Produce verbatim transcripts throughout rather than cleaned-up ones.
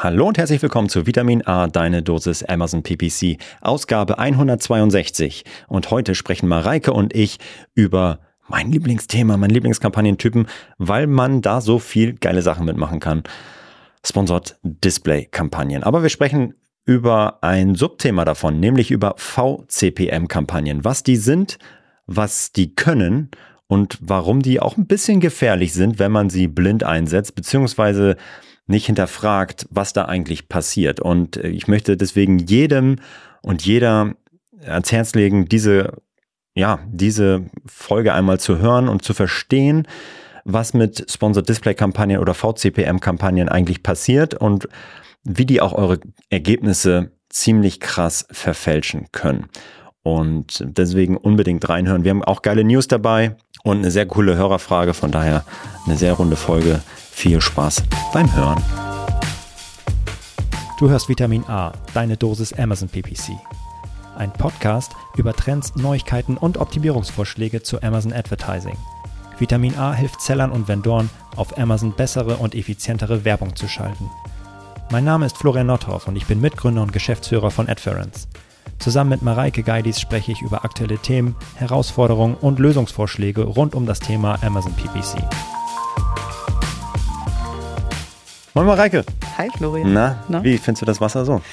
Hallo und herzlich willkommen zu Vitamin A, deine Dosis Amazon P P C, Ausgabe hundertzweiundsechzig. Und heute sprechen Mareike und ich über mein Lieblingsthema, meinen Lieblingskampagnentypen, weil man da so viel geile Sachen mitmachen kann. Sponsored Display-Kampagnen. Aber wir sprechen über ein Subthema davon, nämlich über V C P M-Kampagnen. Was die sind, was die können und warum die auch ein bisschen gefährlich sind, wenn man sie blind einsetzt, beziehungsweise nicht hinterfragt, was da eigentlich passiert. Und ich möchte deswegen jedem und jeder ans Herz legen, diese, ja, diese Folge einmal zu hören und zu verstehen, was mit Sponsored Display Kampagnen oder V C P M Kampagnen eigentlich passiert und wie die auch eure Ergebnisse ziemlich krass verfälschen können. Und deswegen unbedingt reinhören. Wir haben auch geile News dabei und eine sehr coole Hörerfrage. Von daher eine sehr runde Folge. Viel Spaß beim Hören. Du hörst Vitamin A, deine Dosis Amazon P P C. Ein Podcast über Trends, Neuigkeiten und Optimierungsvorschläge zu Amazon Advertising. Vitamin A hilft Sellern und Vendoren, auf Amazon bessere und effizientere Werbung zu schalten. Mein Name ist Florian Nothoff und ich bin Mitgründer und Geschäftsführer von Adference. Zusammen mit Mareike Geidis spreche ich über aktuelle Themen, Herausforderungen und Lösungsvorschläge rund um das Thema Amazon P P C. Moin Mareike. Hi Florian. Na, Na, wie findest du das Wasser so?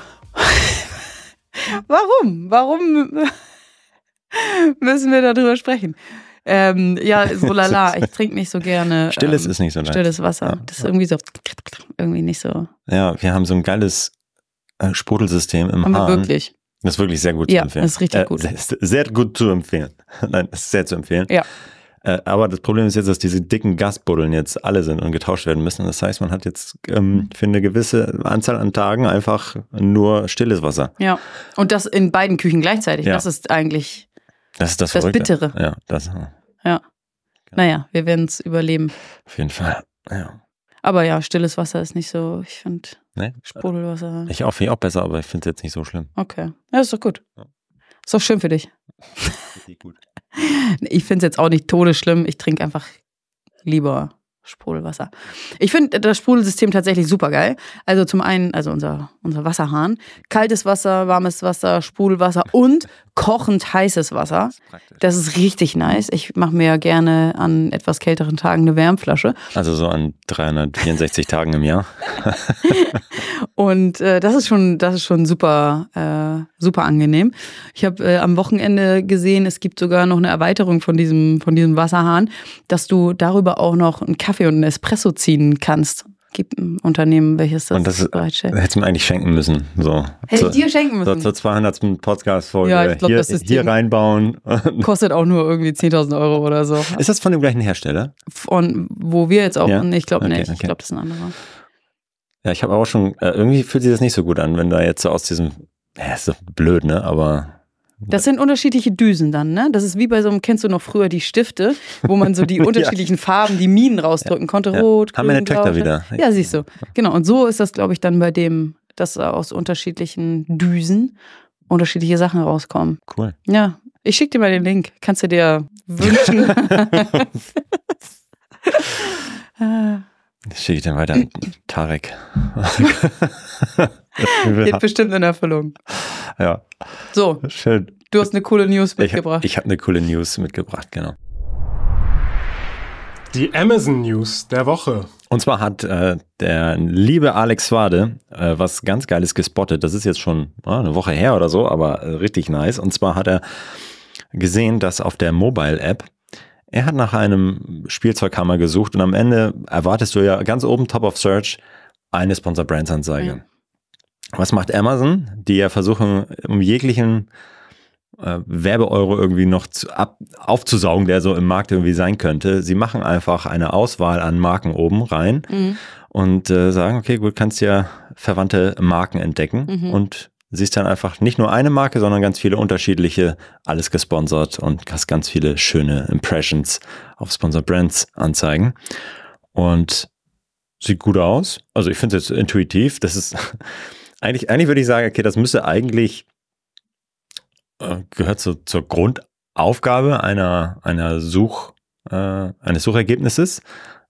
Warum? Warum müssen wir darüber sprechen? Ähm, ja, so lala, ich trinke nicht so gerne. Stilles ähm, ist nicht so nice. Stilles Wasser. Ja. Das ist irgendwie so, irgendwie nicht so. Ja, wir haben so ein geiles äh, Sprudelsystem im Haben Hahn. wir wirklich. Das ist wirklich sehr gut ja, zu empfehlen. Ja, das ist richtig äh, gut. Sehr, sehr gut zu empfehlen. Nein, das ist sehr zu empfehlen. Ja. Äh, aber das Problem ist jetzt, dass diese dicken Gasbuddeln jetzt alle sind und getauscht werden müssen. Das heißt, man hat jetzt ähm, für eine gewisse Anzahl an Tagen einfach nur stilles Wasser. Ja, und das in beiden Küchen gleichzeitig. Ja. Das ist eigentlich das, ist das, das Verrückte. Bittere. Ja, das. Ja. Naja, wir werden es überleben. Auf jeden Fall, ja. Aber ja, stilles Wasser ist nicht so, ich finde nee? Sprudelwasser. Ich auch, finde ich auch besser, aber ich finde es jetzt nicht so schlimm. Okay, ja, ist doch gut. Ja. Ist doch schön für dich. Richtig gut. Ich finde es jetzt auch nicht todesschlimm. Ich trinke einfach lieber Sprudelwasser. Ich finde das Sprudelsystem tatsächlich super geil. Also zum einen, also unser, unser Wasserhahn. Kaltes Wasser, warmes Wasser, Sprudelwasser und kochend heißes Wasser. Das ist, das ist richtig nice. Ich mache mir gerne an etwas kälteren Tagen eine Wärmflasche. Also so an dreihundertvierundsechzig Tagen im Jahr. Und äh, das ist schon, das ist schon super, äh, super angenehm. Ich habe äh, am Wochenende gesehen, es gibt sogar noch eine Erweiterung von diesem, von diesem Wasserhahn, dass du darüber auch noch einen Kaffee und einen Espresso ziehen kannst. Gibt ein Unternehmen, welches das, und das bereitstellt. Hättest du mir eigentlich schenken müssen. So. Hätte ich dir schenken müssen. So zur zweihundertsten Podcast-Folge. Ja, ich glaub, hier, das ist hier reinbauen. Kostet auch nur irgendwie zehntausend Euro oder so. Ist das von dem gleichen Hersteller? Von wo wir jetzt auch, ja? ich glaube okay, nicht. Okay. Ich glaube, das ist ein anderer. Ja, ich habe auch schon, äh, irgendwie fühlt sich das nicht so gut an, wenn da jetzt so aus diesem, ja, ist doch blöd, ne, aber... Das sind unterschiedliche Düsen dann, ne? Das ist wie bei so einem, kennst du noch früher die Stifte, wo man so die unterschiedlichen ja. Farben, die Minen rausdrücken konnte, ja. rot, Haben grün, meine Töchter wieder. Ja, siehst du. Genau, und so ist das, glaube ich, dann bei dem, dass aus unterschiedlichen Düsen unterschiedliche Sachen rauskommen. Cool. Ja, ich schicke dir mal den Link. Kannst du dir wünschen. Das schicke ich dann weiter an Tarek. Geht bestimmt in Erfüllung. Ja. So, schön. Du hast eine coole News mitgebracht. Ich, ich habe eine coole News mitgebracht, genau. Die Amazon News der Woche. Und zwar hat äh, der liebe Alex Wade äh, was ganz Geiles gespottet. Das ist jetzt schon äh, eine Woche her oder so, aber äh, richtig nice. Und zwar hat er gesehen, dass auf der Mobile-App er hat nach einem Spielzeughammer gesucht und am Ende erwartest du ja ganz oben Top of Search eine Sponsor Brands Anzeige. Ja. Was macht Amazon? Die ja versuchen, um jeglichen äh, Werbeeuro irgendwie noch zu, ab, aufzusaugen, der so im Markt irgendwie sein könnte. Sie machen einfach eine Auswahl an Marken oben rein mhm. und äh, sagen, okay, gut, kannst ja verwandte Marken entdecken mhm. und siehst dann einfach nicht nur eine Marke, sondern ganz viele unterschiedliche, alles gesponsert und hast ganz viele schöne Impressions auf Sponsor Brands Anzeigen. Und sieht gut aus. Also ich finde es jetzt intuitiv. Das ist eigentlich, eigentlich würde ich sagen, okay, das müsste eigentlich äh, gehört so, zur Grundaufgabe einer, einer Such, äh, eines Suchergebnisses.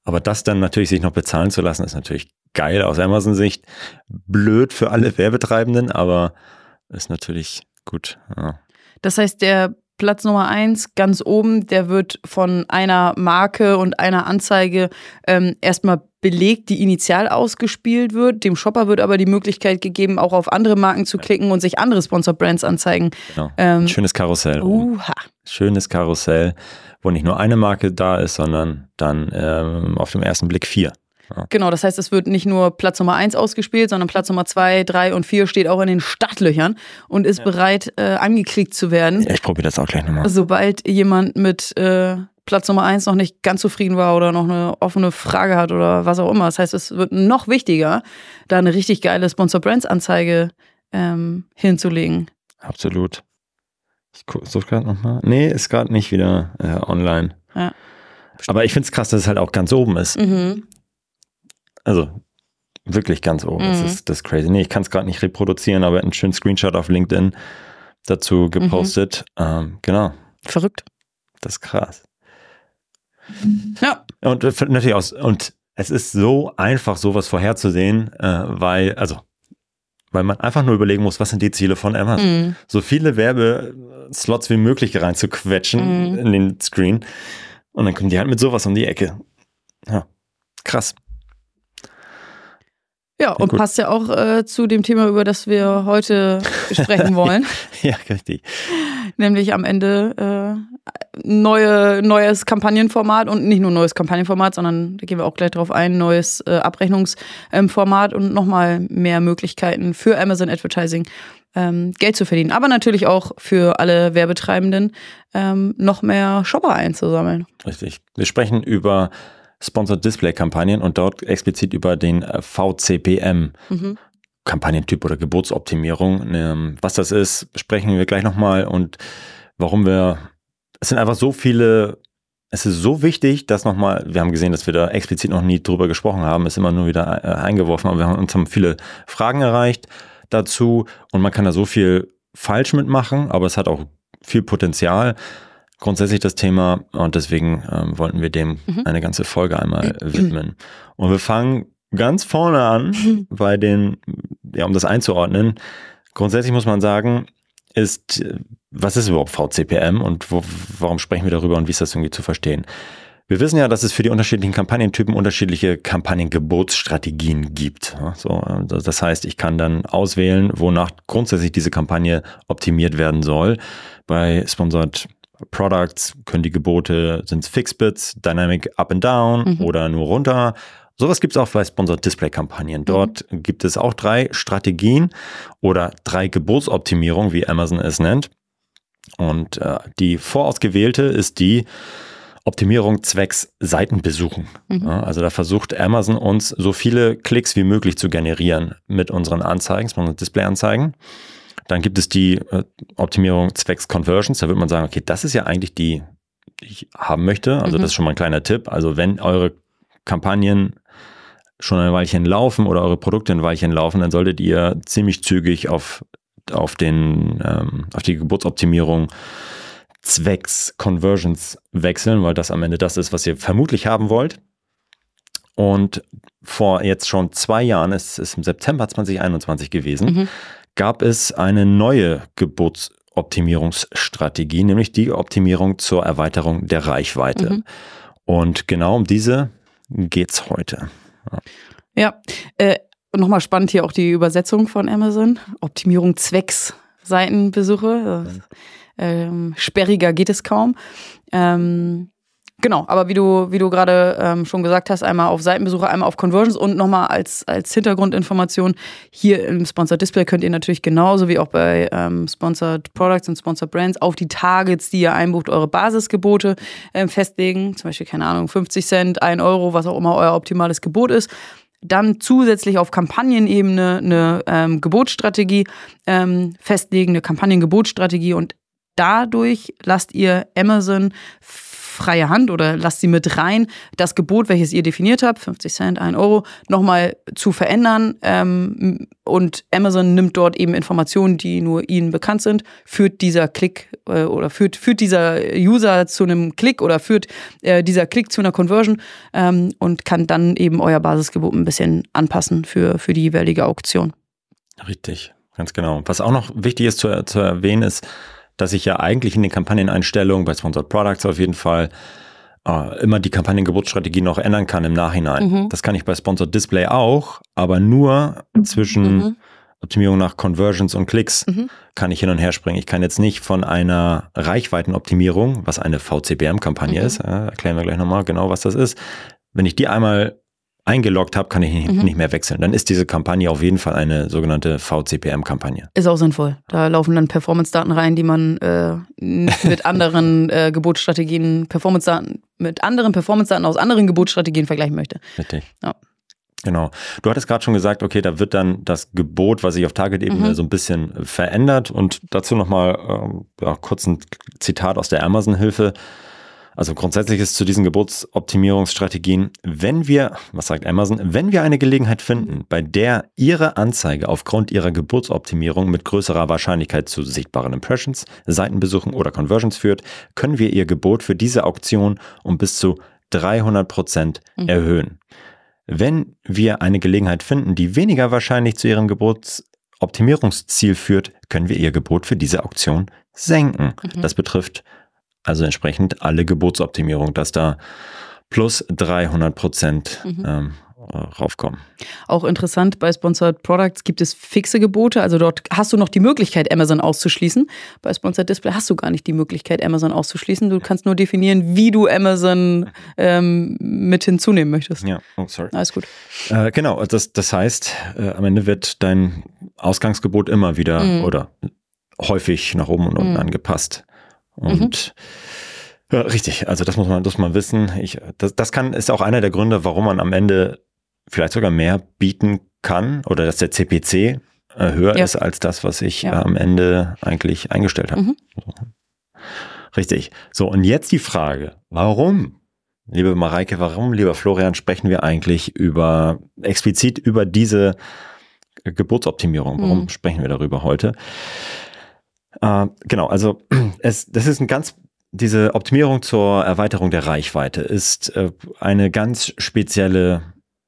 Aber das dann natürlich sich noch bezahlen zu lassen, ist natürlich geil aus Amazon-Sicht. Blöd für alle Werbetreibenden, aber ist natürlich gut. Ja. Das heißt, der Platz Nummer eins ganz oben, der wird von einer Marke und einer Anzeige ähm, erstmal belegt, die initial ausgespielt wird. Dem Shopper wird aber die Möglichkeit gegeben, auch auf andere Marken zu klicken und sich andere Sponsor-Brands anzeigen. Genau. Ähm, Ein schönes Karussell. Uha. Schönes Karussell, wo nicht nur eine Marke da ist, sondern dann ähm, auf den ersten Blick vier. Ja. Genau, das heißt, es wird nicht nur Platz Nummer eins ausgespielt, sondern Platz Nummer zwei, drei und vier steht auch in den Startlöchern und ist ja. bereit, äh, angeklickt zu werden. Ja, ich probiere das auch gleich nochmal. Sobald jemand mit äh, Platz Nummer eins noch nicht ganz zufrieden war oder noch eine offene Frage hat oder was auch immer. Das heißt, es wird noch wichtiger, da eine richtig geile Sponsor-Brands-Anzeige ähm, hinzulegen. Absolut. Ich suche gerade nochmal. Nee, ist gerade nicht wieder äh, online. Ja. Aber ich finde es krass, dass es halt auch ganz oben ist. Mhm. Also wirklich ganz oben. Mhm. Das ist das ist crazy. Nee, ich kann es gerade nicht reproduzieren, aber einen schönen Screenshot auf LinkedIn dazu gepostet. Mhm. Ähm, genau. Verrückt. Das ist krass. Ja. Und natürlich auch, und es ist so einfach, sowas vorherzusehen, äh, weil, also, weil man einfach nur überlegen muss, was sind die Ziele von Amazon? Mhm. So viele Werbeslots wie möglich reinzuquetschen Mhm. in den Screen. Und dann kommen die halt mit sowas um die Ecke. Ja, krass. Ja, und gut. passt ja auch äh, zu dem Thema, über das wir heute sprechen wollen. Ja, richtig. Nämlich am Ende äh, neue, neues Kampagnenformat und nicht nur neues Kampagnenformat, sondern da gehen wir auch gleich drauf ein, neues äh, Abrechnungsformat und nochmal mehr Möglichkeiten für Amazon Advertising ähm, Geld zu verdienen. Aber natürlich auch für alle Werbetreibenden ähm, noch mehr Shopper einzusammeln. Richtig. Wir sprechen über Sponsored Display Kampagnen und dort explizit über den V C P M Mhm. Kampagnentyp oder Gebotsoptimierung. Ähm, was das ist, sprechen wir gleich nochmal und warum wir, es sind einfach so viele, es ist so wichtig, dass nochmal, wir haben gesehen, dass wir da explizit noch nie drüber gesprochen haben, ist immer nur wieder äh, eingeworfen, aber wir haben uns haben viele Fragen erreicht dazu und man kann da so viel falsch mitmachen, aber es hat auch viel Potenzial. Grundsätzlich das Thema und deswegen ähm, wollten wir dem Mhm. eine ganze Folge einmal widmen. Und wir fangen ganz vorne an, bei den, ja, um das einzuordnen. Grundsätzlich muss man sagen, ist, was ist überhaupt V C P M und wo, warum sprechen wir darüber und wie ist das irgendwie zu verstehen? Wir wissen ja, dass es für die unterschiedlichen Kampagnentypen unterschiedliche Kampagnengebotsstrategien gibt. Ja, so, das heißt, ich kann dann auswählen, wonach grundsätzlich diese Kampagne optimiert werden soll. Bei Sponsored Products können die Gebote, sind es Fixbits, Dynamic Up and Down Mhm. oder nur runter. Sowas gibt es auch bei Sponsored Display Kampagnen. Dort mhm. gibt es auch drei Strategien oder drei Gebotsoptimierungen, wie Amazon es nennt. Und äh, die vorausgewählte ist die Optimierung zwecks Seitenbesuchen. Mhm. Ja, also da versucht Amazon uns so viele Klicks wie möglich zu generieren mit unseren Anzeigen, Sponsored Display Anzeigen. Dann gibt es die äh, Optimierung zwecks Conversions. Da wird man sagen, okay, das ist ja eigentlich die, die ich haben möchte. Also Mhm. das ist schon mal ein kleiner Tipp. Also wenn eure Kampagnen schon ein Weilchen laufen oder eure Produkte ein Weilchen laufen, dann solltet ihr ziemlich zügig auf, auf, den, ähm, auf die Gebotsoptimierung zwecks Conversions wechseln, weil das am Ende das ist, was ihr vermutlich haben wollt. Und vor jetzt schon zwei Jahren, es ist im September zwanzig einundzwanzig gewesen, Mhm. gab es eine neue Gebotsoptimierungsstrategie, nämlich die Optimierung zur Erweiterung der Reichweite. Mhm. Und genau um diese geht's heute. Ja, äh, nochmal spannend hier auch die Übersetzung von Amazon. Optimierung zwecks Seitenbesuche. Ähm, sperriger geht es kaum. Ähm, genau, aber wie du, wie du gerade ähm, schon gesagt hast, einmal auf Seitenbesuche, einmal auf Conversions und nochmal als, als Hintergrundinformation, hier im Sponsored Display könnt ihr natürlich genauso wie auch bei ähm, Sponsored Products und Sponsored Brands auf die Targets, die ihr einbucht, eure Basisgebote ähm, festlegen. Zum Beispiel, keine Ahnung, fünfzig Cent, ein Euro, was auch immer euer optimales Gebot ist. Dann zusätzlich auf Kampagnenebene eine ähm, Gebotsstrategie ähm, festlegen, eine Kampagnengebotsstrategie und dadurch lasst ihr Amazon freie Hand oder lasst sie mit rein, das Gebot, welches ihr definiert habt, fünfzig Cent, ein Euro, nochmal zu verändern. Ähm, und Amazon nimmt dort eben Informationen, die nur ihnen bekannt sind, führt dieser Klick äh, oder führt, führt dieser User zu einem Klick oder führt äh, dieser Klick zu einer Conversion ähm, und kann dann eben euer Basisgebot ein bisschen anpassen für, für die jeweilige Auktion. Richtig, ganz genau. Was auch noch wichtig ist zu, zu erwähnen ist, dass ich ja eigentlich in den Kampagneneinstellungen bei Sponsored Products auf jeden Fall äh, immer die Kampagnengeburtsstrategie noch ändern kann im Nachhinein. Mhm. Das kann ich bei Sponsored Display auch, aber nur zwischen mhm. Optimierung nach Conversions und Klicks mhm. kann ich hin und her springen. Ich kann jetzt nicht von einer Reichweitenoptimierung, was eine V C P M-Kampagne mhm. ist, äh, erklären wir gleich nochmal genau, was das ist. Wenn ich die einmal eingeloggt habe, kann ich nicht, mhm. nicht mehr wechseln. Dann ist diese Kampagne auf jeden Fall eine sogenannte V C P M-Kampagne. Ist auch sinnvoll. Da laufen dann Performance-Daten rein, die man äh, mit anderen äh, Gebotsstrategien, Performance-Daten, mit anderen Performance-Daten aus anderen Gebotsstrategien vergleichen möchte. Richtig. Ja. Genau. Du hattest gerade schon gesagt, okay, da wird dann das Gebot, was sich auf Target-Ebene mhm. so ein bisschen verändert. Und dazu nochmal ähm, ja, kurz ein Zitat aus der Amazon-Hilfe. Also grundsätzlich ist zu diesen Gebotsoptimierungsstrategien, wenn wir, was sagt Amazon, wenn wir eine Gelegenheit finden, bei der Ihre Anzeige aufgrund Ihrer Gebotsoptimierung mit größerer Wahrscheinlichkeit zu sichtbaren Impressions, Seitenbesuchen oder Conversions führt, können wir Ihr Gebot für diese Auktion um bis zu dreihundert Prozent mhm. erhöhen. Wenn wir eine Gelegenheit finden, die weniger wahrscheinlich zu Ihrem Gebotsoptimierungsziel führt, können wir Ihr Gebot für diese Auktion senken. Mhm. Das betrifft also entsprechend alle Gebotsoptimierung, dass da plus dreihundert Prozent mhm. ähm, raufkommen. Auch interessant, bei Sponsored Products gibt es fixe Gebote, also dort hast du noch die Möglichkeit, Amazon auszuschließen. Bei Sponsored Display hast du gar nicht die Möglichkeit, Amazon auszuschließen. Du kannst nur definieren, wie du Amazon ähm, mit hinzunehmen möchtest. Ja, oh, sorry. Alles gut. Äh, genau, das, das heißt, äh, am Ende wird dein Ausgangsgebot immer wieder mhm. oder häufig nach oben und unten mhm. angepasst. Und mhm. ja, richtig, also das muss man, das muss man wissen. Ich, das, das kann, ist auch einer der Gründe, warum man am Ende vielleicht sogar mehr bieten kann oder dass der C P C äh, höher ja. ist als das, was ich ja. äh, am Ende eigentlich eingestellt habe. Mhm. So. Richtig. So, und jetzt die Frage, warum, liebe Mareike, warum, lieber Florian, sprechen wir eigentlich über explizit über diese Gebotsoptimierung? Warum mhm. sprechen wir darüber heute? Uh, genau, also es, das ist ein ganz, diese Optimierung zur Erweiterung der Reichweite ist äh, eine ganz spezielle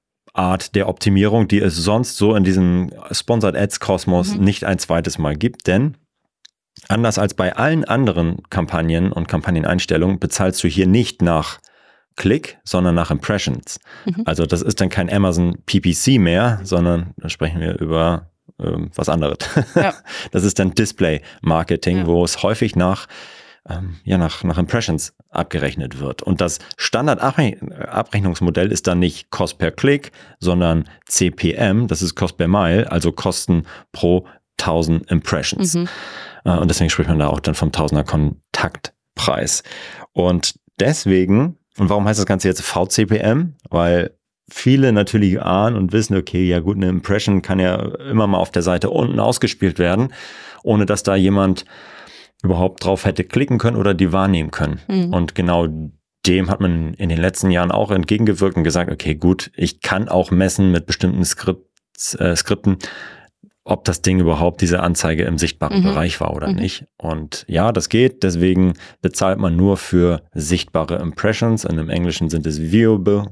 Art der Optimierung, die es sonst so in diesem Sponsored Ads Kosmos mhm. nicht ein zweites Mal gibt, denn anders als bei allen anderen Kampagnen und Kampagneneinstellungen bezahlst du hier nicht nach Klick, sondern nach Impressions. Mhm. Also das ist dann kein Amazon P P C mehr, sondern da sprechen wir über was anderes. Ja. Das ist dann Display-Marketing, ja. wo es häufig nach, ähm, ja, nach, nach Impressions abgerechnet wird. Und das Standardabrechnungsmodell ist dann nicht Cost per Klick, sondern C P M, das ist Cost per Mile, also Kosten pro tausend Impressions. Mhm. Äh, und deswegen spricht man da auch dann vom Tausender Kontaktpreis. Und deswegen, und warum heißt das Ganze jetzt V C P M? Weil viele natürlich ahnen und wissen, okay, ja gut, eine Impression kann ja immer mal auf der Seite unten ausgespielt werden, ohne dass da jemand überhaupt drauf hätte klicken können oder die wahrnehmen können. Mhm. Und genau dem hat man in den letzten Jahren auch entgegengewirkt und gesagt, okay, gut, ich kann auch messen mit bestimmten Skript, äh, Skripten, ob das Ding überhaupt diese Anzeige im sichtbaren mhm. Bereich war oder mhm. nicht. Und ja, das geht, deswegen bezahlt man nur für sichtbare Impressions und im Englischen sind es viewable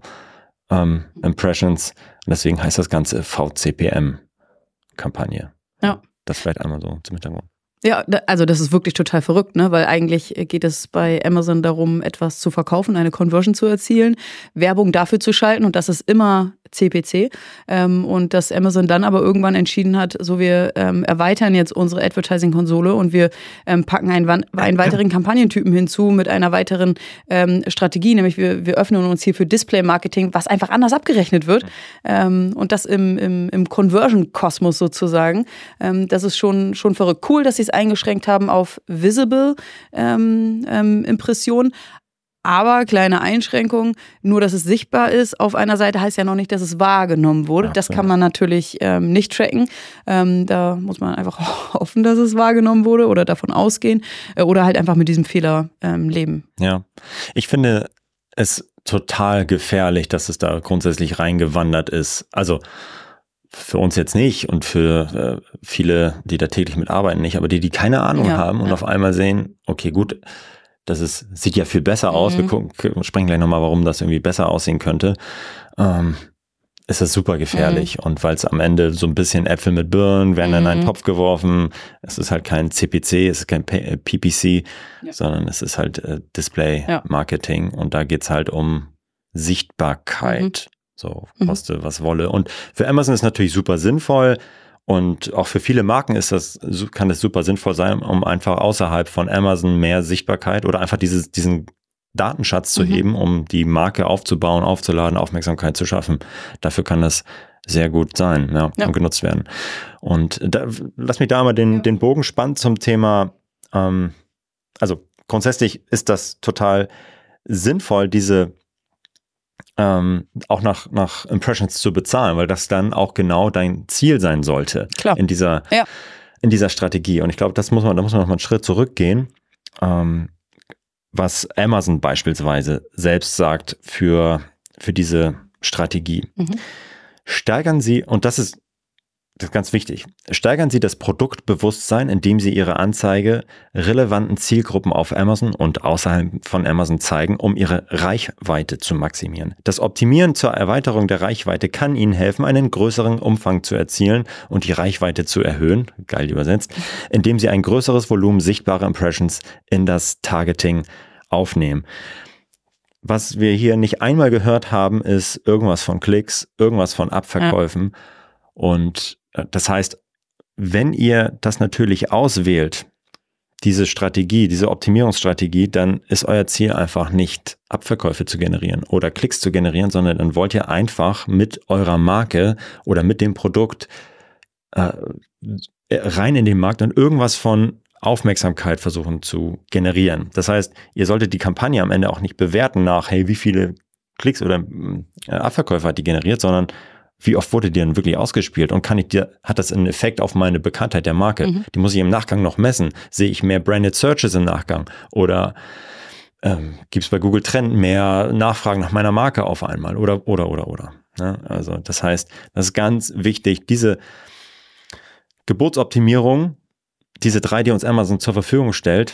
Um, Impressions. Und deswegen heißt das Ganze V C P M-Kampagne. Ja. Das vielleicht einmal so zum Hintergrund. Ja, also das ist wirklich total verrückt, ne? Weil eigentlich geht es bei Amazon darum, etwas zu verkaufen, eine Conversion zu erzielen, Werbung dafür zu schalten und das ist immer C P C. Ähm, und dass Amazon dann aber irgendwann entschieden hat, so wir ähm, erweitern jetzt unsere Advertising-Konsole und wir ähm, packen einen, einen weiteren Kampagnentypen hinzu mit einer weiteren ähm, Strategie, nämlich wir, wir öffnen uns hier für Display-Marketing, was einfach anders abgerechnet wird. Ähm, und das im, im, im Conversion-Kosmos sozusagen. Ähm, das ist schon, schon verrückt. Cool, dass sie es eingeschränkt haben auf Visible ähm, ähm, Impressionen. Aber kleine Einschränkung, nur dass es sichtbar ist auf einer Seite, heißt ja noch nicht, dass es wahrgenommen wurde. Ja, das ja. kann man natürlich ähm, nicht tracken. Ähm, da muss man einfach hoffen, dass es wahrgenommen wurde oder davon ausgehen äh, oder halt einfach mit diesem Fehler ähm, leben. Ja, ich finde es total gefährlich, dass es da grundsätzlich reingewandert ist. Also für uns jetzt nicht und für äh, viele, die da täglich mitarbeiten, nicht, aber die, die keine Ahnung Ja, haben und ja. auf einmal sehen, okay, gut, das ist, sieht ja viel besser aus. Mhm. Wir gucken, sprechen gleich nochmal, warum das irgendwie besser aussehen könnte. Ähm, ist das super gefährlich. Mhm. Und weil es am Ende so ein bisschen Äpfel mit Birnen werden in einen Mhm. Topf geworfen. Es ist halt kein C P C, es ist kein P- P P C, Ja. sondern es ist halt äh, Display-Marketing. Und da geht's halt um Sichtbarkeit. So, Mhm. koste was wolle. Und für Amazon ist natürlich super sinnvoll. Und auch für viele Marken ist das, kann das super sinnvoll sein, um einfach außerhalb von Amazon mehr Sichtbarkeit oder einfach dieses, diesen Datenschatz zu Mhm. heben, um die Marke aufzubauen, aufzuladen, Aufmerksamkeit zu schaffen. Dafür kann das sehr gut sein, ja, Ja. und genutzt werden. Und da, lass mich da mal den, Ja. den Bogen spannen zum Thema, ähm, also grundsätzlich ist das total sinnvoll, diese ähm, auch nach, nach Impressions zu bezahlen, weil das dann auch genau dein Ziel sein sollte Klar. in dieser, Ja. in dieser Strategie. Und ich glaube, das muss man, da muss man noch mal einen Schritt zurückgehen, ähm, was Amazon beispielsweise selbst sagt für, für diese Strategie. Mhm. Steigern Sie, und das ist, das ist ganz wichtig, steigern Sie das Produktbewusstsein, indem Sie Ihre Anzeige relevanten Zielgruppen auf Amazon und außerhalb von Amazon zeigen, um Ihre Reichweite zu maximieren. Das Optimieren zur Erweiterung der Reichweite kann Ihnen helfen, einen größeren Umfang zu erzielen und die Reichweite zu erhöhen, geil übersetzt, indem Sie ein größeres Volumen sichtbarer Impressions in das Targeting aufnehmen. Was wir hier nicht einmal gehört haben, ist irgendwas von Klicks, irgendwas von Abverkäufen. Und das heißt, wenn ihr das natürlich auswählt, diese Strategie, diese Optimierungsstrategie, dann ist euer Ziel einfach nicht Abverkäufe zu generieren oder Klicks zu generieren, sondern dann wollt ihr einfach mit eurer Marke oder mit dem Produkt äh, rein in den Markt und irgendwas von Aufmerksamkeit versuchen zu generieren. Das heißt, ihr solltet die Kampagne am Ende auch nicht bewerten nach, hey, wie viele Klicks oder äh, Abverkäufe hat die generiert, sondern wie oft wurde die denn wirklich ausgespielt und kann ich dir, hat das einen Effekt auf meine Bekanntheit der Marke? Mhm. Die muss ich im Nachgang noch messen. Sehe ich mehr Branded Searches im Nachgang? Oder ähm, gibt es bei Google Trend mehr Nachfragen nach meiner Marke auf einmal? Oder, oder, oder, oder. Ja, also das heißt, das ist ganz wichtig, diese Gebotsoptimierung, diese drei, die uns Amazon zur Verfügung stellt,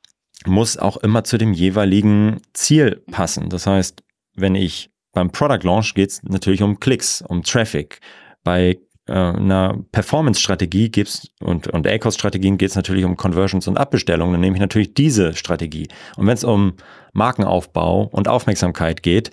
muss auch immer zu dem jeweiligen Ziel passen. Das heißt, wenn ich beim Product Launch geht es natürlich um Klicks, um Traffic. Bei äh, einer Performance-Strategie gibt's und, und A C O S-Strategien geht es natürlich um Conversions und Abbestellungen. Dann nehme ich natürlich diese Strategie. Und wenn es um Markenaufbau und Aufmerksamkeit geht,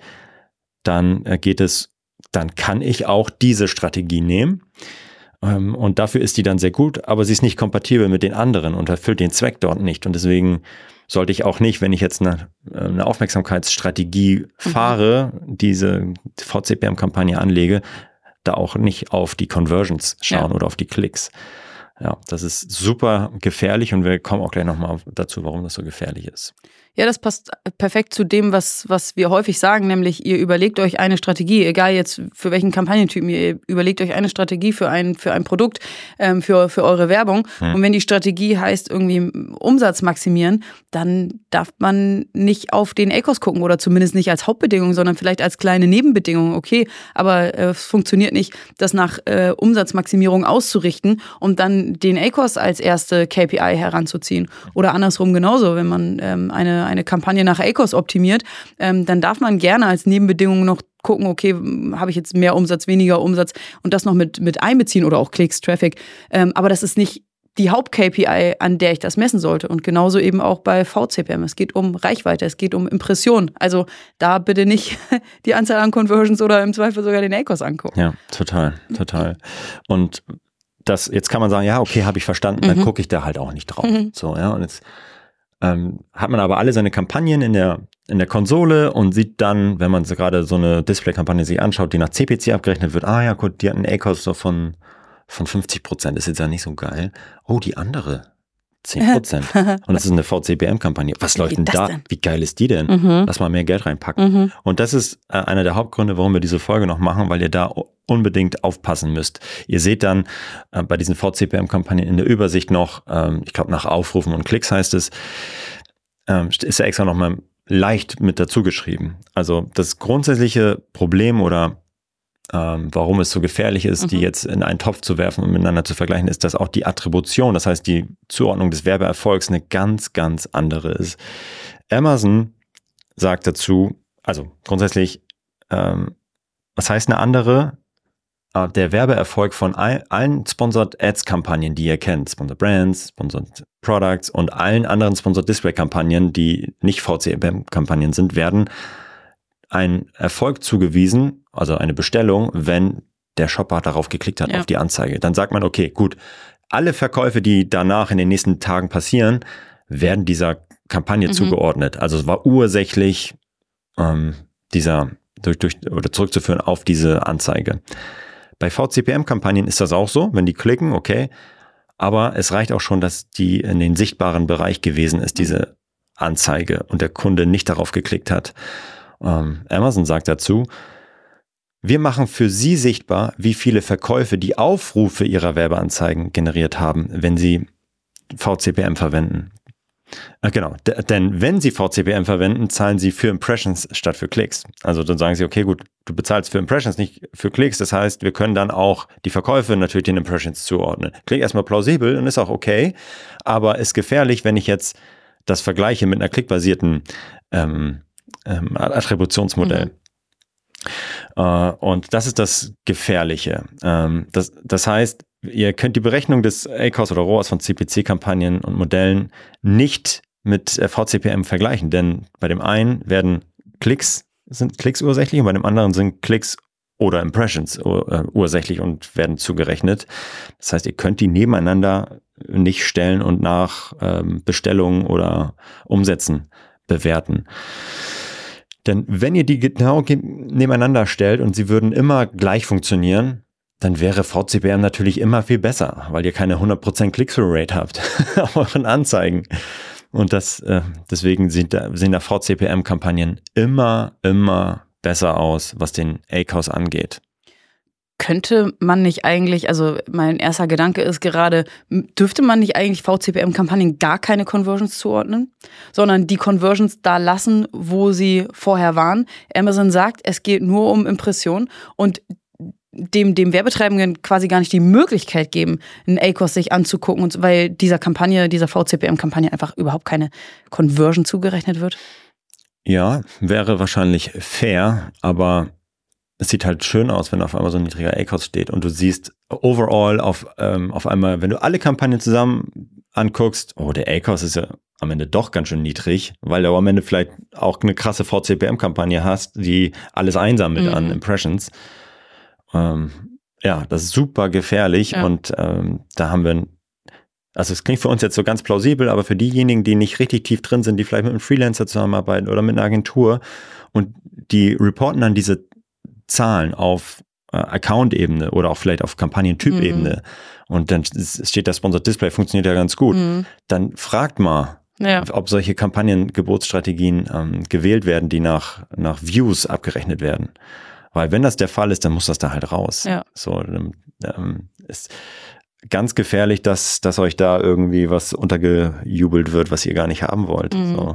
dann äh, geht es, dann kann ich auch diese Strategie nehmen. Ähm, und dafür ist die dann sehr gut, aber sie ist nicht kompatibel mit den anderen und erfüllt den Zweck dort nicht. Und deswegen sollte ich auch nicht, wenn ich jetzt eine, eine Aufmerksamkeitsstrategie fahre, mhm. diese V C P M-Kampagne anlege, da auch nicht auf die Conversions schauen ja. oder auf die Klicks. Ja, das ist super gefährlich und wir kommen auch gleich nochmal dazu, warum das so gefährlich ist. Ja, das passt perfekt zu dem, was, was wir häufig sagen, nämlich ihr überlegt euch eine Strategie, egal jetzt für welchen Kampagnentypen, ihr überlegt euch eine Strategie für ein, für ein Produkt, ähm, für, für eure Werbung. Hm. Und wenn die Strategie heißt, irgendwie Umsatz maximieren, dann darf man nicht auf den A C O S gucken oder zumindest nicht als Hauptbedingung, sondern vielleicht als kleine Nebenbedingung. Okay, aber äh, es funktioniert nicht, das nach äh, Umsatzmaximierung auszurichten und dann den A C O S als erste K P I heranzuziehen. Oder andersrum genauso, wenn man ähm, eine eine Kampagne nach A C O S optimiert, ähm, dann darf man gerne als Nebenbedingung noch gucken, okay, habe ich jetzt mehr Umsatz, weniger Umsatz und das noch mit, mit einbeziehen oder auch Klicks, Traffic. Ähm, aber das ist nicht die Haupt-K P I, an der ich das messen sollte. Und genauso eben auch bei V C P M. Es geht um Reichweite, es geht um Impression. Also da bitte nicht die Anzahl an Conversions oder im Zweifel sogar den A C O S angucken. Ja, total, total. Und das, jetzt kann man sagen, ja, okay, habe ich verstanden, Mhm. dann gucke ich da halt auch nicht drauf. Mhm. So, ja, und jetzt Ähm, hat man aber alle seine Kampagnen in der, in der Konsole und sieht dann, wenn man so gerade so eine Display-Kampagne sich anschaut, die nach C P C abgerechnet wird, ah ja gut, die hat einen A C O S so von, von fünfzig Prozent, ist jetzt ja nicht so geil. Oh, die andere, zehn Prozent. Und das ist eine V C P M-Kampagne. Was läuft denn da? Denn? Wie geil ist die denn? Mhm. Lass mal mehr Geld reinpacken. Mhm. Und das ist äh, einer der Hauptgründe, warum wir diese Folge noch machen, weil ihr da unbedingt aufpassen müsst. Ihr seht dann äh, bei diesen V C P M-Kampagnen in der Übersicht noch, ähm, ich glaube nach Aufrufen und Klicks heißt es, ähm, ist ja extra nochmal leicht mit dazu geschrieben. Also das grundsätzliche Problem oder Ähm, warum es so gefährlich ist, mhm. die jetzt in einen Topf zu werfen und miteinander zu vergleichen, ist, dass auch die Attribution, das heißt die Zuordnung des Werbeerfolgs eine ganz, ganz andere ist. Amazon sagt dazu, also grundsätzlich, ähm, was heißt eine andere? Äh, der Werbeerfolg von all, allen Sponsored Ads-Kampagnen, die ihr kennt, Sponsored Brands, Sponsored Products und allen anderen Sponsored Display-Kampagnen, die nicht V C P M-Kampagnen sind, werden ein Erfolg zugewiesen, also eine Bestellung, wenn der Shopper darauf geklickt hat, ja. auf die Anzeige. Dann sagt man, okay, gut, alle Verkäufe, die danach in den nächsten Tagen passieren, werden dieser Kampagne mhm. zugeordnet. Also es war ursächlich ähm, dieser durch, durch oder zurückzuführen auf diese Anzeige. Bei V C P M-Kampagnen ist das auch so, wenn die klicken, okay, aber es reicht auch schon, dass die in den sichtbaren Bereich gewesen ist, diese Anzeige, und der Kunde nicht darauf geklickt hat. Ähm, Amazon sagt dazu, wir machen für Sie sichtbar, wie viele Verkäufe die Aufrufe Ihrer Werbeanzeigen generiert haben, wenn Sie V C P M verwenden. Äh, genau, D- denn wenn Sie V C P M verwenden, zahlen Sie für Impressions statt für Klicks. Also dann sagen Sie, okay, gut, du bezahlst für Impressions, nicht für Klicks. Das heißt, wir können dann auch die Verkäufe natürlich den Impressions zuordnen. Klingt erstmal plausibel und ist auch okay, aber ist gefährlich, wenn ich jetzt das vergleiche mit einer klickbasierten ähm, ähm, Attributionsmodell. Mhm. Uh, und das ist das Gefährliche. Ähm, das, das heißt, ihr könnt die Berechnung des A C O S oder R O A S von C P C-Kampagnen und Modellen nicht mit äh, V C P M vergleichen, denn bei dem einen werden Klicks, sind Klicks ursächlich und bei dem anderen sind Klicks oder Impressions ur, äh, ursächlich und werden zugerechnet. Das heißt, ihr könnt die nebeneinander nicht stellen und nach ähm, Bestellungen oder Umsätzen bewerten. Denn wenn ihr die genau nebeneinander stellt und sie würden immer gleich funktionieren, dann wäre V C P M natürlich immer viel besser, weil ihr keine hundert Prozent Click-Through-Rate habt auf euren Anzeigen. Und das, äh, deswegen sehen da, sehen da V C P M-Kampagnen immer, immer besser aus, was den A C O S angeht. Könnte man nicht eigentlich, also mein erster Gedanke ist gerade, dürfte man nicht eigentlich V C P M-Kampagnen gar keine Conversions zuordnen, sondern die Conversions da lassen, wo sie vorher waren? Amazon sagt, es geht nur um Impressionen und dem, dem Werbetreibenden quasi gar nicht die Möglichkeit geben, einen A C O S sich anzugucken, und, weil dieser Kampagne, dieser V C P M-Kampagne einfach überhaupt keine Conversion zugerechnet wird? Ja, wäre wahrscheinlich fair, aber es sieht halt schön aus, wenn auf einmal so ein niedriger A C O S steht und du siehst overall auf, ähm, auf einmal, wenn du alle Kampagnen zusammen anguckst, oh, der A C O S ist ja am Ende doch ganz schön niedrig, weil du am Ende vielleicht auch eine krasse V C P M-Kampagne hast, die alles einsammelt mhm. an Impressions. Ähm, ja, das ist super gefährlich ja. und ähm, da haben wir, also es klingt für uns jetzt so ganz plausibel, aber für diejenigen, die nicht richtig tief drin sind, die vielleicht mit einem Freelancer zusammenarbeiten oder mit einer Agentur und die reporten dann diese Zahlen auf äh, Account-Ebene oder auch vielleicht auf Kampagnentyp-Ebene mhm. und dann steht das Sponsored Display, funktioniert ja ganz gut. Mhm. Dann fragt mal, ja. ob solche Kampagnengeburtsstrategien ähm, gewählt werden, die nach, nach Views abgerechnet werden. Weil wenn das der Fall ist, dann muss das da halt raus. Ja. So, ähm, ist ganz gefährlich, dass, dass euch da irgendwie was untergejubelt wird, was ihr gar nicht haben wollt. Mhm. So.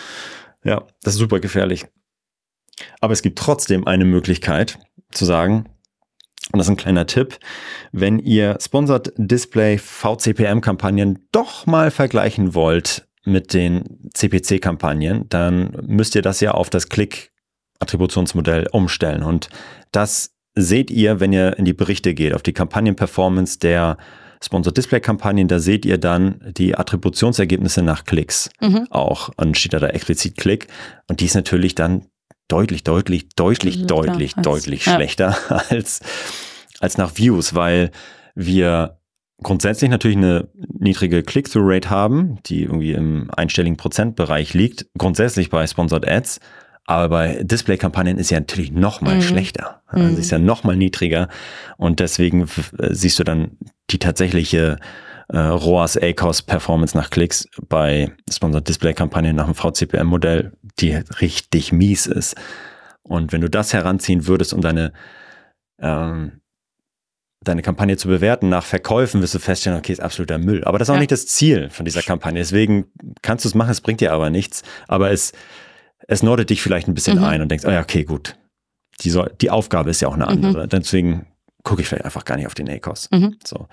Ja, das ist super gefährlich. Aber es gibt trotzdem eine Möglichkeit zu sagen, und das ist ein kleiner Tipp, wenn ihr Sponsored Display V C P M-Kampagnen doch mal vergleichen wollt mit den C P C-Kampagnen, dann müsst ihr das ja auf das Click-Attributionsmodell umstellen. Und das seht ihr, wenn ihr in die Berichte geht, auf die Kampagnenperformance der Sponsored Display-Kampagnen, da seht ihr dann die Attributionsergebnisse nach Klicks mhm. auch. Und dann steht da, da explizit Klick. Und die ist natürlich dann deutlich, deutlich, deutlich, ja, deutlich, als, deutlich ja. schlechter als, als nach Views, weil wir grundsätzlich natürlich eine niedrige Click-Through-Rate haben, die irgendwie im einstelligen Prozentbereich liegt, grundsätzlich bei Sponsored Ads, aber bei Display-Kampagnen ist ja natürlich noch mal mhm. schlechter. Also mhm. ist ja noch mal niedriger und deswegen f- siehst du dann die tatsächliche äh, R O A S, A C O S, Performance nach Klicks bei Sponsored Display-Kampagnen nach dem V C P M-Modell, die richtig mies ist. Und wenn du das heranziehen würdest, um deine ähm, deine Kampagne zu bewerten nach Verkäufen, wirst du feststellen, okay, ist absoluter Müll. Aber das ist auch ja. nicht das Ziel von dieser Kampagne. Deswegen kannst du es machen, es bringt dir aber nichts. Aber es, es nordet dich vielleicht ein bisschen mhm. ein und denkst, oh ja, okay, gut. Die, soll, die Aufgabe ist ja auch eine andere. Mhm. Deswegen gucke ich vielleicht einfach gar nicht auf den A C O S. Mhm. So.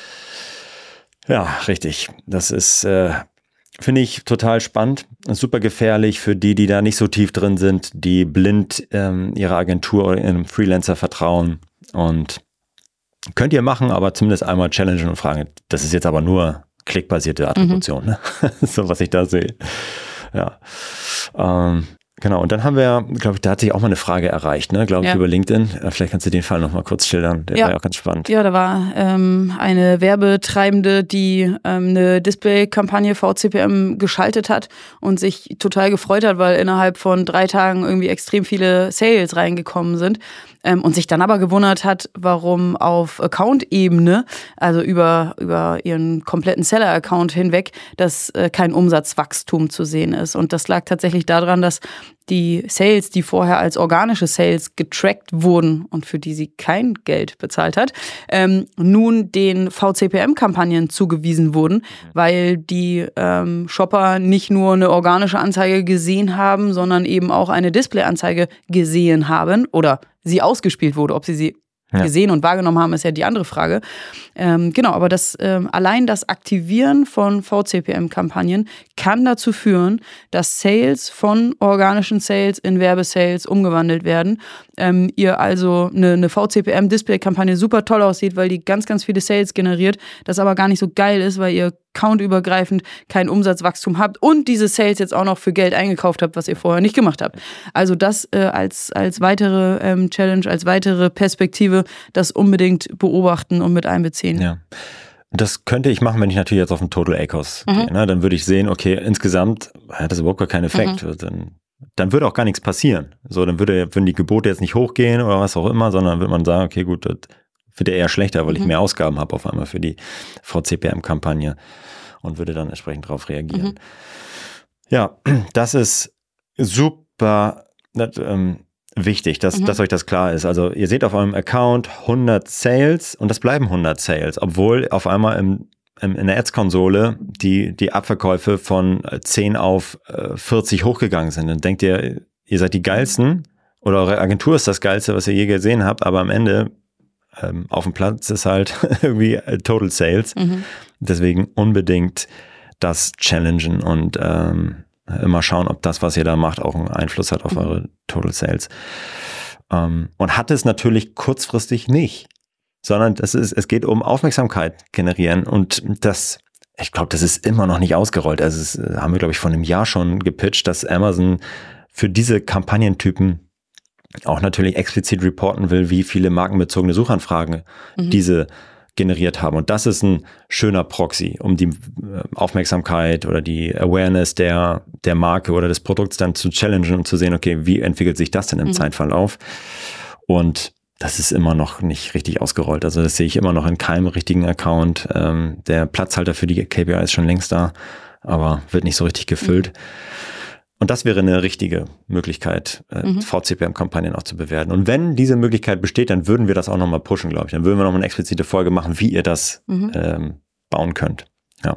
Ja, richtig. Das ist, äh, finde ich total spannend. Super gefährlich für die, die da nicht so tief drin sind, die blind ähm, ihrer Agentur oder ihrem Freelancer vertrauen. Und könnt ihr machen, aber zumindest einmal challengen und fragen. Das ist jetzt aber nur klickbasierte Attribution, mhm. ne? So, was ich da sehe. Ja. Ähm, genau. Und dann haben wir, glaube ich, da hat sich auch mal eine Frage erreicht, ne? Glaube ich, ja. über LinkedIn. Vielleicht kannst du den Fall noch mal kurz schildern. Der ja. war ja auch ganz spannend. Ja, da war ähm, eine Werbetreibende, die ähm, eine Display-Kampagne V C P M geschaltet hat und sich total gefreut hat, weil innerhalb von drei Tagen irgendwie extrem viele Sales reingekommen sind. Ähm, und sich dann aber gewundert hat, warum auf Account-Ebene, also über, über ihren kompletten Seller-Account hinweg, dass äh, kein Umsatzwachstum zu sehen ist. Und das lag tatsächlich daran, dass die Sales, die vorher als organische Sales getrackt wurden und für die sie kein Geld bezahlt hat, ähm, nun den V C P M-Kampagnen zugewiesen wurden, weil die ähm, Shopper nicht nur eine organische Anzeige gesehen haben, sondern eben auch eine Display-Anzeige gesehen haben oder sie ausgespielt wurde. Ob sie sie ja. gesehen und wahrgenommen haben, ist ja die andere Frage. Ähm, genau, aber das ähm, allein das Aktivieren von V C P M-Kampagnen kann dazu führen, dass Sales von organischen Sales in Werbesales umgewandelt werden. Ähm, ihr also eine, eine V C P M-Display-Kampagne super toll aussieht, weil die ganz, ganz viele Sales generiert, das aber gar nicht so geil ist, weil ihr accountübergreifend kein Umsatzwachstum habt und diese Sales jetzt auch noch für Geld eingekauft habt, was ihr vorher nicht gemacht habt. Also das äh, als, als weitere ähm, Challenge, als weitere Perspektive, das unbedingt beobachten und mit einbeziehen. Ja. Das könnte ich machen, wenn ich natürlich jetzt auf den Total A C O S mhm. gehe. Ne? Dann würde ich sehen, okay, insgesamt hat das überhaupt gar keinen Effekt. Mhm. Dann, dann würde auch gar nichts passieren. So, dann würde, würden die Gebote jetzt nicht hochgehen oder was auch immer, sondern würde man sagen, okay, gut, das wird ja eher schlechter, weil mhm. ich mehr Ausgaben habe auf einmal für die V C P M-Kampagne und würde dann entsprechend darauf reagieren. Mhm. Ja, das ist super das, ähm, wichtig, dass, mhm. dass euch das klar ist. Also ihr seht auf eurem Account hundert Sales und das bleiben hundert Sales, obwohl auf einmal im, im, in der Ads-Konsole die, die Abverkäufe von zehn auf vierzig hochgegangen sind. Dann denkt ihr, ihr seid die Geilsten oder eure Agentur ist das Geilste, was ihr je gesehen habt, aber am Ende ähm, auf dem Platz ist halt irgendwie Total Sales. Mhm. Deswegen unbedingt das challengen und ähm, immer schauen, ob das, was ihr da macht, auch einen Einfluss hat auf mhm. eure Total Sales. Ähm, und hat es natürlich kurzfristig nicht, sondern das ist, es geht um Aufmerksamkeit generieren und das, ich glaube, das ist immer noch nicht ausgerollt. Also das haben wir, glaube ich, vor einem Jahr schon gepitcht, dass Amazon für diese Kampagnentypen auch natürlich explizit reporten will, wie viele markenbezogene Suchanfragen mhm. diese generiert haben. Und das ist ein schöner Proxy, um die Aufmerksamkeit oder die Awareness der, der Marke oder des Produkts dann zu challengen und zu sehen, okay, wie entwickelt sich das denn im mhm. Zeitverlauf? Und das ist immer noch nicht richtig ausgerollt. Also das sehe ich immer noch in keinem richtigen Account. Ähm, der Platzhalter für die K P I ist schon längst da, aber wird nicht so richtig gefüllt. Mhm. Und das wäre eine richtige Möglichkeit, äh, mhm. V C P M-Kampagnen auch zu bewerten. Und wenn diese Möglichkeit besteht, dann würden wir das auch nochmal pushen, glaube ich. Dann würden wir nochmal eine explizite Folge machen, wie ihr das mhm. ähm, bauen könnt. Ja.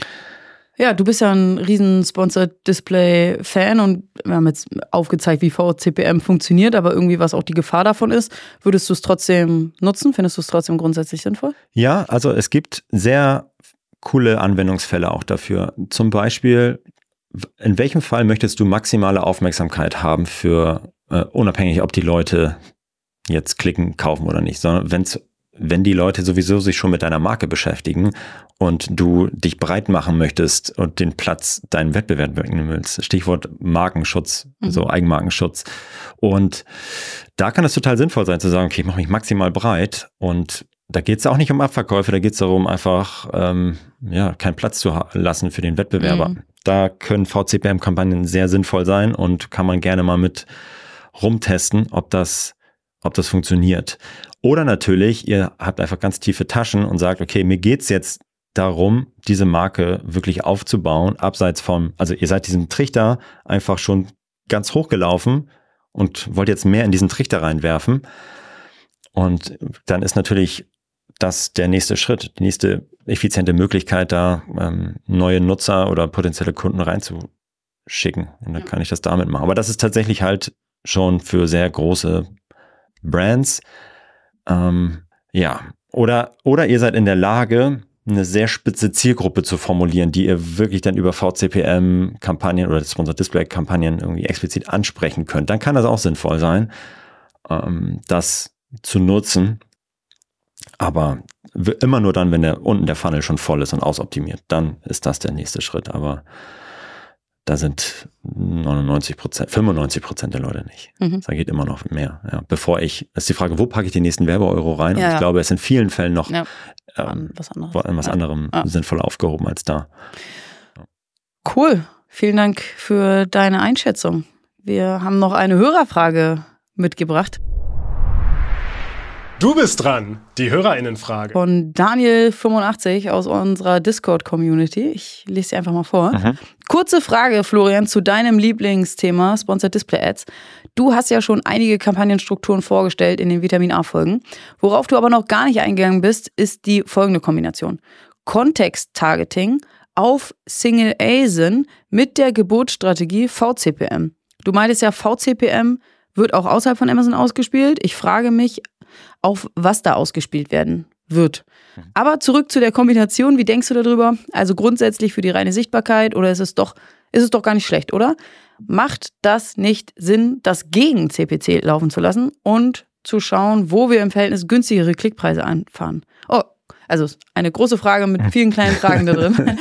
Ja, du bist ja ein riesen Sponsored Display-Fan und wir haben jetzt aufgezeigt, wie V C P M funktioniert, aber irgendwie was auch die Gefahr davon ist. Würdest du es trotzdem nutzen? Findest du es trotzdem grundsätzlich sinnvoll? Ja, also es gibt sehr coole Anwendungsfälle auch dafür. Zum Beispiel, in welchem Fall möchtest du maximale Aufmerksamkeit haben für, äh, unabhängig, ob die Leute jetzt klicken, kaufen oder nicht, sondern wenn's, wenn die Leute sowieso sich schon mit deiner Marke beschäftigen und du dich breit machen möchtest und den Platz deinen Wettbewerb wegnehmen willst. Stichwort Markenschutz, mhm. so Eigenmarkenschutz. Und da kann es total sinnvoll sein zu sagen, okay, ich mache mich maximal breit und da geht es auch nicht um Abverkäufe, da geht es darum, einfach ähm, ja, keinen Platz zu ha- lassen für den Wettbewerber. Mhm. Da können V C P M-Kampagnen sehr sinnvoll sein und kann man gerne mal mit rumtesten, ob das, ob das funktioniert. Oder natürlich, ihr habt einfach ganz tiefe Taschen und sagt, okay, mir geht's jetzt darum, diese Marke wirklich aufzubauen, abseits vom, also ihr seid diesen Trichter einfach schon ganz hoch gelaufen und wollt jetzt mehr in diesen Trichter reinwerfen. Und dann ist natürlich das der nächste Schritt, die nächste effiziente Möglichkeit, da ähm, neue Nutzer oder potenzielle Kunden reinzuschicken. Und dann kann ich das damit machen. Aber das ist tatsächlich halt schon für sehr große Brands. Ähm, ja, oder, oder ihr seid in der Lage, eine sehr spitze Zielgruppe zu formulieren, die ihr wirklich dann über V C P M-Kampagnen oder Sponsored Display-Kampagnen irgendwie explizit ansprechen könnt. Dann kann das auch sinnvoll sein, ähm, das zu nutzen. Aber immer nur dann, wenn der unten der Funnel schon voll ist und ausoptimiert, dann ist das der nächste Schritt. Aber da sind neunundneunzig Prozent, fünfundneunzig Prozent der Leute nicht. Mhm. Da geht immer noch mehr. Ja, bevor ich, das ist die Frage, wo packe ich die nächsten Werbe-Euro rein? Ja, und ich ja. glaube, es ist in vielen Fällen noch ja. ähm, was, anderes. was anderem ja. sinnvoll aufgehoben als da. Ja. Cool. Vielen Dank für deine Einschätzung. Wir haben noch eine Hörerfrage mitgebracht. Du bist dran, die HörerInnenfrage. Von Daniel fünfundachtzig aus unserer Discord-Community. Ich lese sie einfach mal vor. Mhm. Kurze Frage, Florian, zu deinem Lieblingsthema Sponsored Display Ads. Du hast ja schon einige Kampagnenstrukturen vorgestellt in den Vitamin A-Folgen. Worauf du aber noch gar nicht eingegangen bist, ist die folgende Kombination. Kontext-Targeting auf Single A S I N mit der Geburtsstrategie V C P M. Du meintest ja, V C P M wird auch außerhalb von Amazon ausgespielt. Ich frage mich, auf was da ausgespielt werden wird. Aber zurück zu der Kombination, wie denkst du darüber? Also grundsätzlich für die reine Sichtbarkeit oder ist es doch, ist es doch gar nicht schlecht, oder? Macht das nicht Sinn, das gegen C P C laufen zu lassen und zu schauen, wo wir im Verhältnis günstigere Klickpreise anfahren? Oh, also eine große Frage mit vielen kleinen Fragen da drin.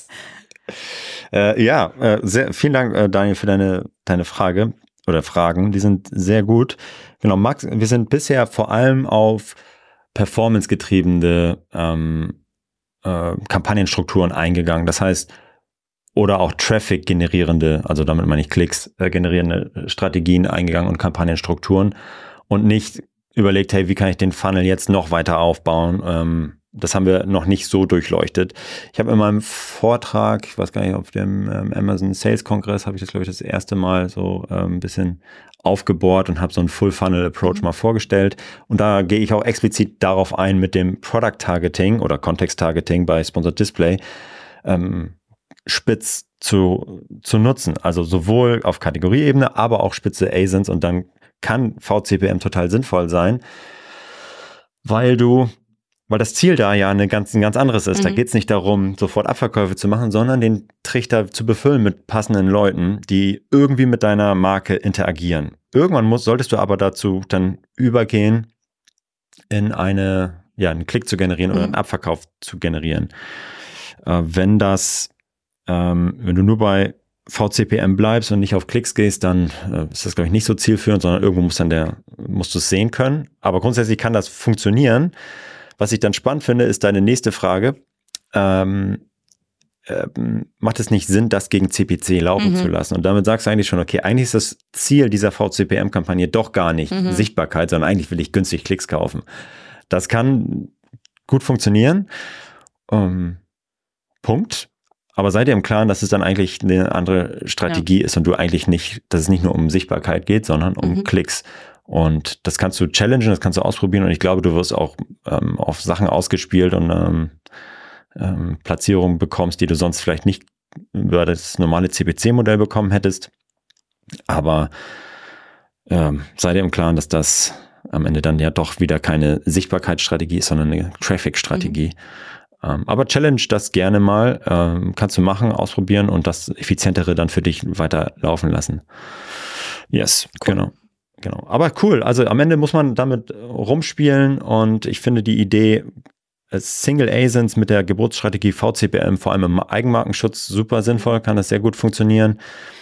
äh, ja, äh, sehr, vielen Dank, äh, Daniel, für deine, deine Frage. Oder Fragen, die sind sehr gut. Genau, Max, wir sind bisher vor allem auf performancegetriebene ähm, äh, Kampagnenstrukturen eingegangen. Das heißt, oder auch Traffic generierende, also damit meine ich Klicks, äh, generierende Strategien eingegangen und Kampagnenstrukturen und nicht überlegt, hey, wie kann ich den Funnel jetzt noch weiter aufbauen? Ähm, das haben wir noch nicht so durchleuchtet. Ich habe in meinem Vortrag, ich weiß gar nicht, auf dem ähm, Amazon Sales Kongress habe ich das, glaube ich, das erste Mal so ähm, ein bisschen aufgebohrt und habe so einen Full-Funnel-Approach mal vorgestellt. Und da gehe ich auch explizit darauf ein, mit dem Product-Targeting oder Context-Targeting bei Sponsored Display ähm, spitz zu, zu nutzen. Also sowohl auf Kategorieebene, aber auch spitze A S I Ns. Und dann kann V C P M total sinnvoll sein, weil du Weil das Ziel da ja eine ganz, ein ganz anderes ist. Mhm. Da geht es nicht darum, sofort Abverkäufe zu machen, sondern den Trichter zu befüllen mit passenden Leuten, die irgendwie mit deiner Marke interagieren. Irgendwann muss, solltest du aber dazu dann übergehen, in eine, ja, einen Klick zu generieren mhm. oder einen Abverkauf zu generieren. Äh, wenn das, ähm, wenn du nur bei V C P M bleibst und nicht auf Klicks gehst, dann äh, ist das, glaube ich, nicht so zielführend, sondern irgendwo muss dann der, musst du es sehen können. Aber grundsätzlich kann das funktionieren. Was ich dann spannend finde, ist deine nächste Frage. Ähm, ähm, macht es nicht Sinn, das gegen C P C laufen mhm. zu lassen? Und damit sagst du eigentlich schon, okay, eigentlich ist das Ziel dieser V C P M-Kampagne doch gar nicht mhm. Sichtbarkeit, sondern eigentlich will ich günstig Klicks kaufen. Das kann gut funktionieren. Ähm, Punkt. Aber seid ihr im Klaren, dass es dann eigentlich eine andere Strategie ja. ist und du eigentlich nicht, dass es nicht nur um Sichtbarkeit geht, sondern um mhm. Klicks. Und das kannst du challengen, das kannst du ausprobieren und ich glaube, du wirst auch ähm, auf Sachen ausgespielt und ähm, ähm, Platzierungen bekommst, die du sonst vielleicht nicht über das normale C P C-Modell bekommen hättest. Aber ähm, sei dir im Klaren, dass das am Ende dann ja doch wieder keine Sichtbarkeitsstrategie ist, sondern eine Traffic-Strategie. Mhm. Ähm, aber challenge das gerne mal, ähm, kannst du machen, ausprobieren und das Effizientere dann für dich weiter laufen lassen. Yes, cool. Genau. Genau, aber cool. Also am Ende muss man damit rumspielen und ich finde die Idee Single A S I Ns mit der Geburtsstrategie V C P M, vor allem im Eigenmarkenschutz, super sinnvoll, kann das sehr gut funktionieren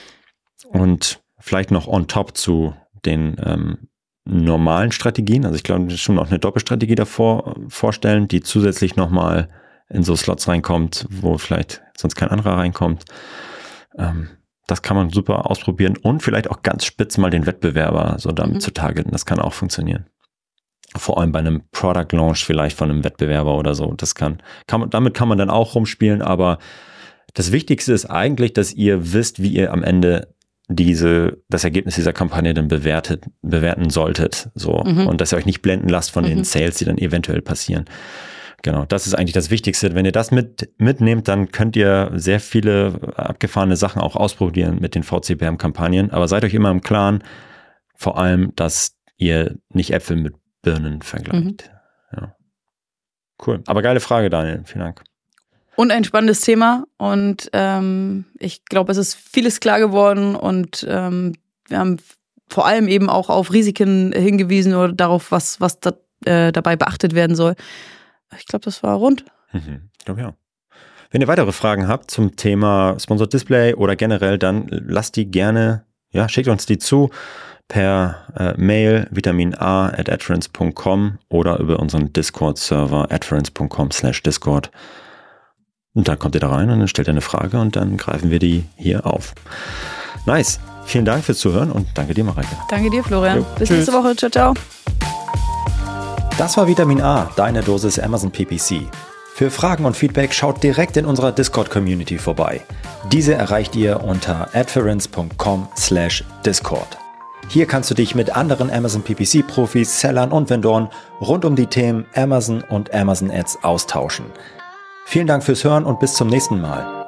und vielleicht noch on top zu den ähm, normalen Strategien. Also ich glaube, wir schon noch eine Doppelstrategie davor vorstellen, die zusätzlich nochmal in so Slots reinkommt, wo vielleicht sonst kein anderer reinkommt. Ähm, Das kann man super ausprobieren und vielleicht auch ganz spitz mal den Wettbewerber so damit mhm. zu targeten. Das kann auch funktionieren. vor allem bei einem Product Launch vielleicht von einem Wettbewerber oder so. Das kann, kann man, damit kann man dann auch rumspielen, aber das Wichtigste ist eigentlich, dass ihr wisst, wie ihr am Ende diese, das Ergebnis dieser Kampagne dann bewertet, bewerten solltet, so. Mhm. Und dass ihr euch nicht blenden lasst von mhm. den Sales, die dann eventuell passieren. Genau, das ist eigentlich das Wichtigste. Wenn ihr das mit, mitnehmt, dann könnt ihr sehr viele abgefahrene Sachen auch ausprobieren mit den V C P M-Kampagnen. Aber seid euch immer im Klaren, vor allem, dass ihr nicht Äpfel mit Birnen vergleicht. Mhm. Ja. Cool. Aber geile Frage, Daniel. Vielen Dank. Und ein spannendes Thema. Und ähm, ich glaube, es ist vieles klar geworden. Und ähm, wir haben vor allem eben auch auf Risiken hingewiesen oder darauf, was, was da, äh, dabei beachtet werden soll. Ich glaube, das war rund. Mhm. Ich glaube, ja. Wenn ihr weitere Fragen habt zum Thema Sponsored Display oder generell, dann lasst die gerne, ja, schickt uns die zu. Per äh, Mail vitamin a at adference punkt com oder über unseren Discord-Server adference punkt com slash discord. Und dann kommt ihr da rein und dann stellt ihr eine Frage und dann greifen wir die hier auf. Nice. Vielen Dank fürs Zuhören und danke dir, Mareike. Danke dir, Florian. Jo. Bis Tschüss. nächste Woche. Ciao, ciao. Das war Vitamin A, deine Dosis Amazon P P C. Für Fragen und Feedback schaut direkt in unserer Discord-Community vorbei. Diese erreicht ihr unter adference punkt com slash discord. Hier kannst du dich mit anderen Amazon P P C-Profis, Sellern und Vendoren rund um die Themen Amazon und Amazon Ads austauschen. Vielen Dank fürs Hören und bis zum nächsten Mal.